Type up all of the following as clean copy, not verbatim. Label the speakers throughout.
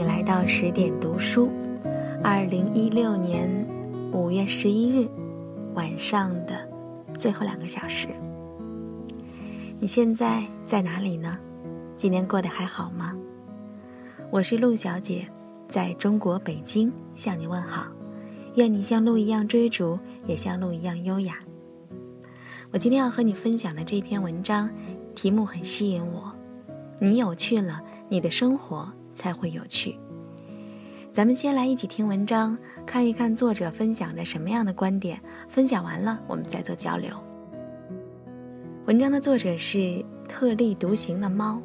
Speaker 1: 来到10点读书，2016年5月11日晚上的最后2个小时。你现在在哪里呢？今天过得还好吗？我是陆小姐，在中国北京向你问好，愿你像鹿一样追逐，也像鹿一样优雅。我今天要和你分享的这篇文章题目很吸引我，你有趣了，你的生活才会有趣。咱们先来一起听文章，看一看作者分享着什么样的观点，分享完了我们再做交流。文章的作者是特立独行的猫。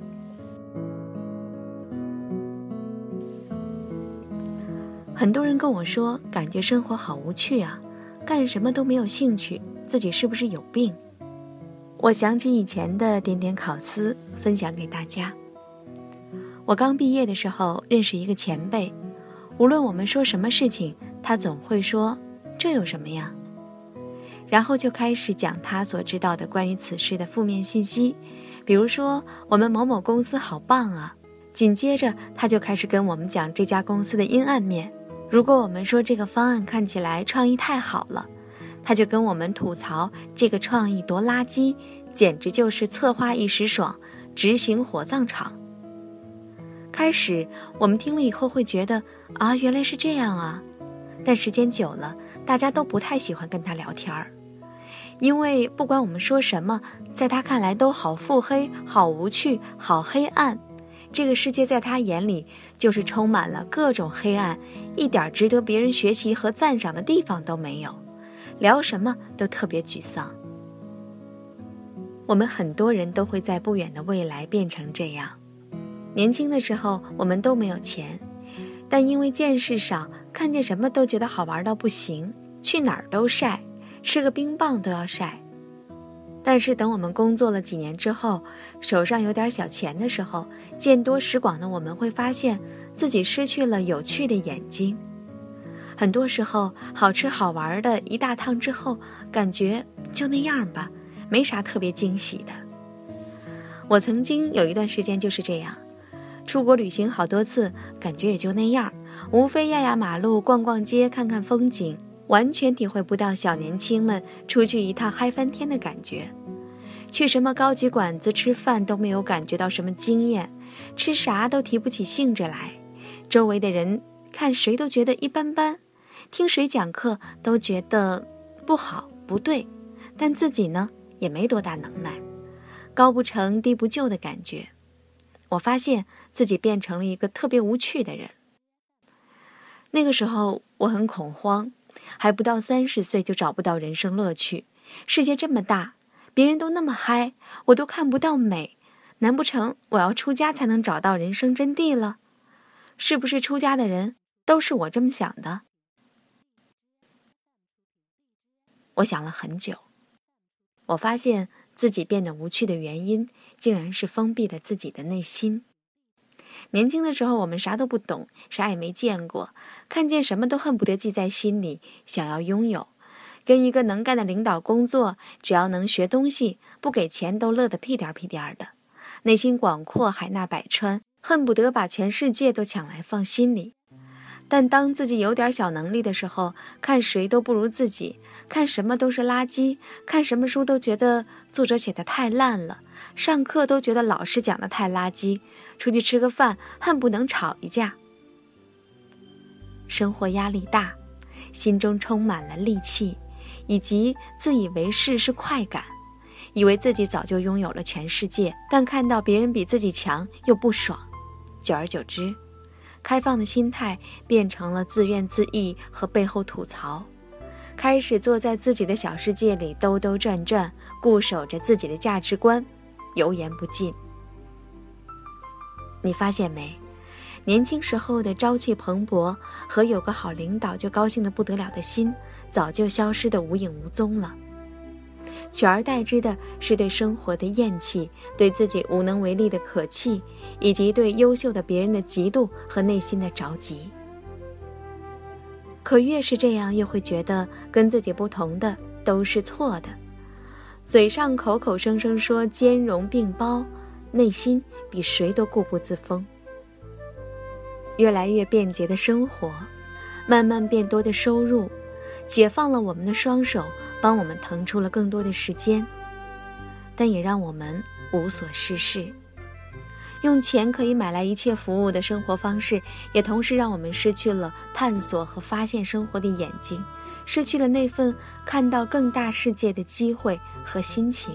Speaker 1: 很多人跟我说，感觉生活好无趣啊，干什么都没有兴趣，自己是不是有病？我想起以前的点点考思，分享给大家。我刚毕业的时候认识一个前辈，无论我们说什么事情，他总会说这有什么呀，然后就开始讲他所知道的关于此事的负面信息，比如说我们某某公司好棒啊，紧接着他就开始跟我们讲这家公司的阴暗面。如果我们说这个方案看起来创意太好了，他就跟我们吐槽这个创意多垃圾，简直就是策划一时爽，执行火葬场。开始我们听了以后会觉得啊，原来是这样啊，但时间久了，大家都不太喜欢跟他聊天儿，因为不管我们说什么，在他看来都好腹黑，好无趣，好黑暗。这个世界在他眼里就是充满了各种黑暗，一点值得别人学习和赞赏的地方都没有，聊什么都特别沮丧。我们很多人都会在不远的未来变成这样。年轻的时候我们都没有钱，但因为见识少，看见什么都觉得好玩到不行，去哪儿都晒，吃个冰棒都要晒。但是等我们工作了几年之后，手上有点小钱的时候，见多识广的我们会发现自己失去了有趣的眼睛。很多时候好吃好玩的一大趟之后，感觉就那样吧，没啥特别惊喜的。我曾经有一段时间就是这样，出国旅行好多次，感觉也就那样，无非压压马路，逛逛街，看看风景，完全体会不到小年轻们出去一趟嗨翻天的感觉。去什么高级馆子吃饭都没有感觉到什么惊艳，吃啥都提不起兴致来，周围的人看谁都觉得一般般，听谁讲课都觉得不好不对，但自己呢也没多大能耐，高不成低不就的感觉。我发现自己变成了一个特别无趣的人。那个时候我很恐慌，还不到30岁就找不到人生乐趣。世界这么大，别人都那么嗨，我都看不到美，难不成我要出家才能找到人生真谛了？是不是出家的人都是我这么想的？我想了很久，我发现自己变得无趣的原因，竟然是封闭了自己的内心。年轻的时候我们啥都不懂，啥也没见过，看见什么都恨不得记在心里，想要拥有。跟一个能干的领导工作，只要能学东西，不给钱都乐得屁颠屁颠的，内心广阔，海纳百川，恨不得把全世界都抢来放心里。但当自己有点小能力的时候，看谁都不如自己，看什么都是垃圾，看什么书都觉得作者写得太烂了，上课都觉得老师讲得太垃圾，出去吃个饭恨不能吵一架。生活压力大，心中充满了戾气，以及自以为是快感，以为自己早就拥有了全世界，但看到别人比自己强又不爽。久而久之，开放的心态变成了自怨自艾和背后吐槽，开始坐在自己的小世界里兜兜转转，固守着自己的价值观，油盐不进。你发现没？年轻时候的朝气蓬勃和有个好领导就高兴得不得了的心，早就消失得无影无踪了。取而代之的是对生活的厌弃，对自己无能为力的可气，以及对优秀的别人的嫉妒和内心的着急。可越是这样，越会觉得跟自己不同的都是错的，嘴上口口声声说兼容并包，内心比谁都固步自封。 越来越便捷的生活，慢慢变多的收入，解放了我们的双手，帮我们腾出了更多的时间，但也让我们无所事事。用钱可以买来一切服务的生活方式，也同时让我们失去了探索和发现生活的眼睛，失去了那份看到更大世界的机会和心情。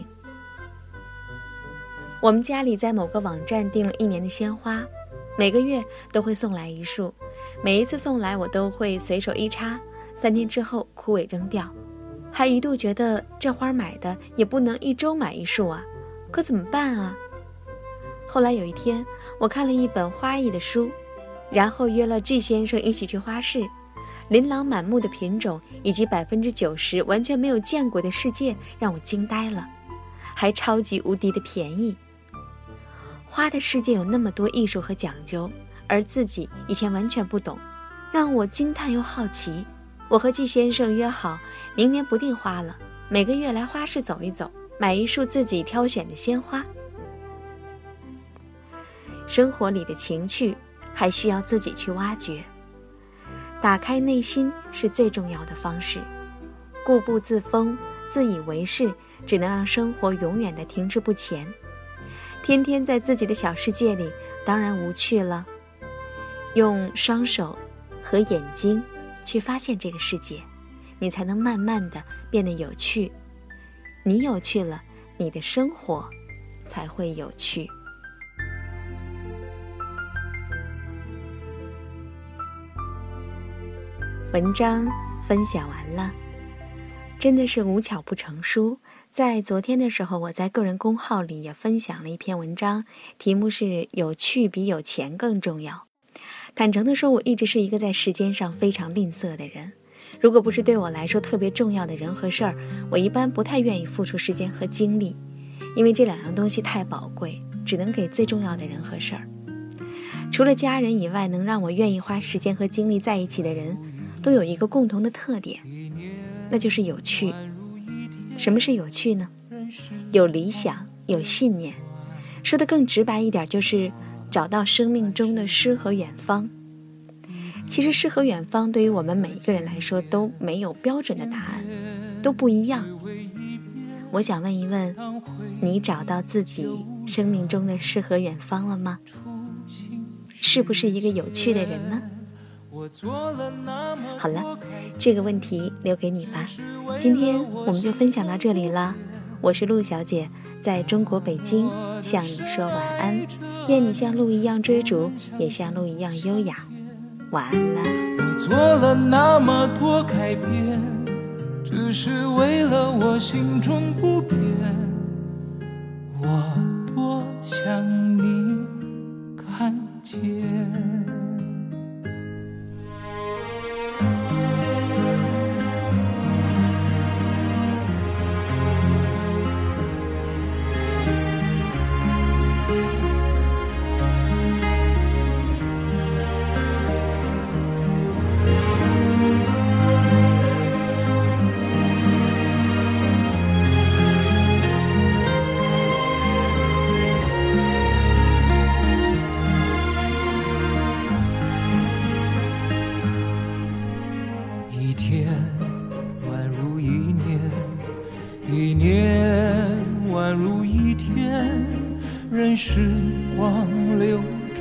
Speaker 1: 我们家里在某个网站订了1年的鲜花，每个月都会送来1束，每一次送来我都会随手一插，3天之后枯萎扔掉，还一度觉得这花买的也不能1周买1束啊，可怎么办啊？后来有一天，我看了一本花艺的书，然后约了G先生一起去花市，琳琅满目的品种以及90%完全没有见过的世界让我惊呆了，还超级无敌的便宜。花的世界有那么多艺术和讲究，而自己以前完全不懂，让我惊叹又好奇。我和G先生约好，明年不订花了，每个月来花市走一走，买1束自己挑选的鲜花。生活里的情趣还需要自己去挖掘，打开内心是最重要的方式。固步自封、自以为是，只能让生活永远的停滞不前。天天在自己的小世界里，当然无趣了。用双手和眼睛去发现这个世界，你才能慢慢的变得有趣。你有趣了，你的生活才会有趣。文章分享完了，真的是无巧不成书。在昨天的时候，我在个人公号里也分享了一篇文章，题目是有趣比有钱更重要。坦诚地说，我一直是一个在时间上非常吝啬的人，如果不是对我来说特别重要的人和事儿，我一般不太愿意付出时间和精力，因为这2样东西太宝贵，只能给最重要的人和事儿。除了家人以外，能让我愿意花时间和精力在一起的人，都有一个共同的特点，那就是有趣。什么是有趣呢？有理想，有信念，说得更直白一点，就是找到生命中的诗和远方。其实诗和远方对于我们每一个人来说都没有标准的答案，都不一样。我想问一问，你找到自己生命中的诗和远方了吗？是不是一个有趣的人呢？好了，这个问题留给你吧。今天我们就分享到这里了。我是陆小姐，在中国北京向你说晚安。愿你像鹿一样追逐，也像鹿一样优雅。晚安了。
Speaker 2: 我做了那么多改变，只是为了我心中不变。我多想你看见。一天宛如一年，一年宛如一天，任时光流转，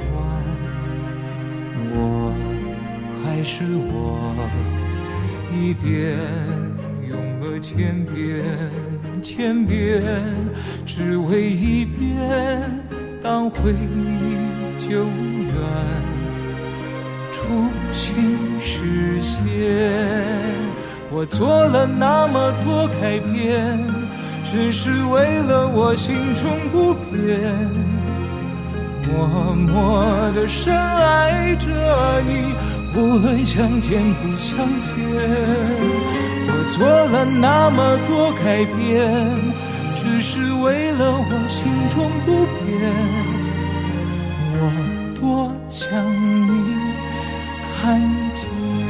Speaker 2: 我还是我，一遍用了千遍，千遍只为一遍，当回忆久远，初心实现。我做了那么多改变，只是为了我心中不变，默默地深爱着你，无论相见不相见。我做了那么多改变，只是为了我心中不变，我多想你看见。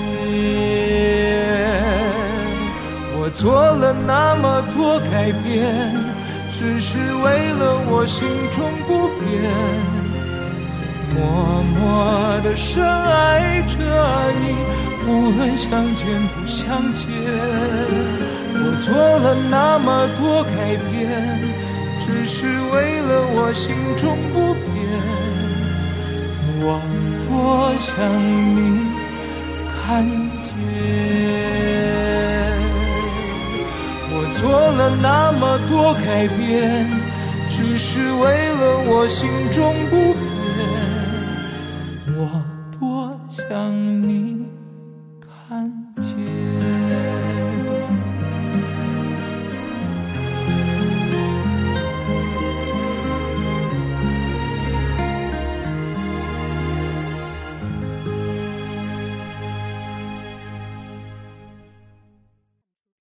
Speaker 2: 我做了那么多改变，只是为了我心中不变， 默默地深爱着你，无论相见不相见。我做了那么多改变，只是为了我心中不变。我多想你看见。我做了那么多改变，只是为了我心中不变。我多想你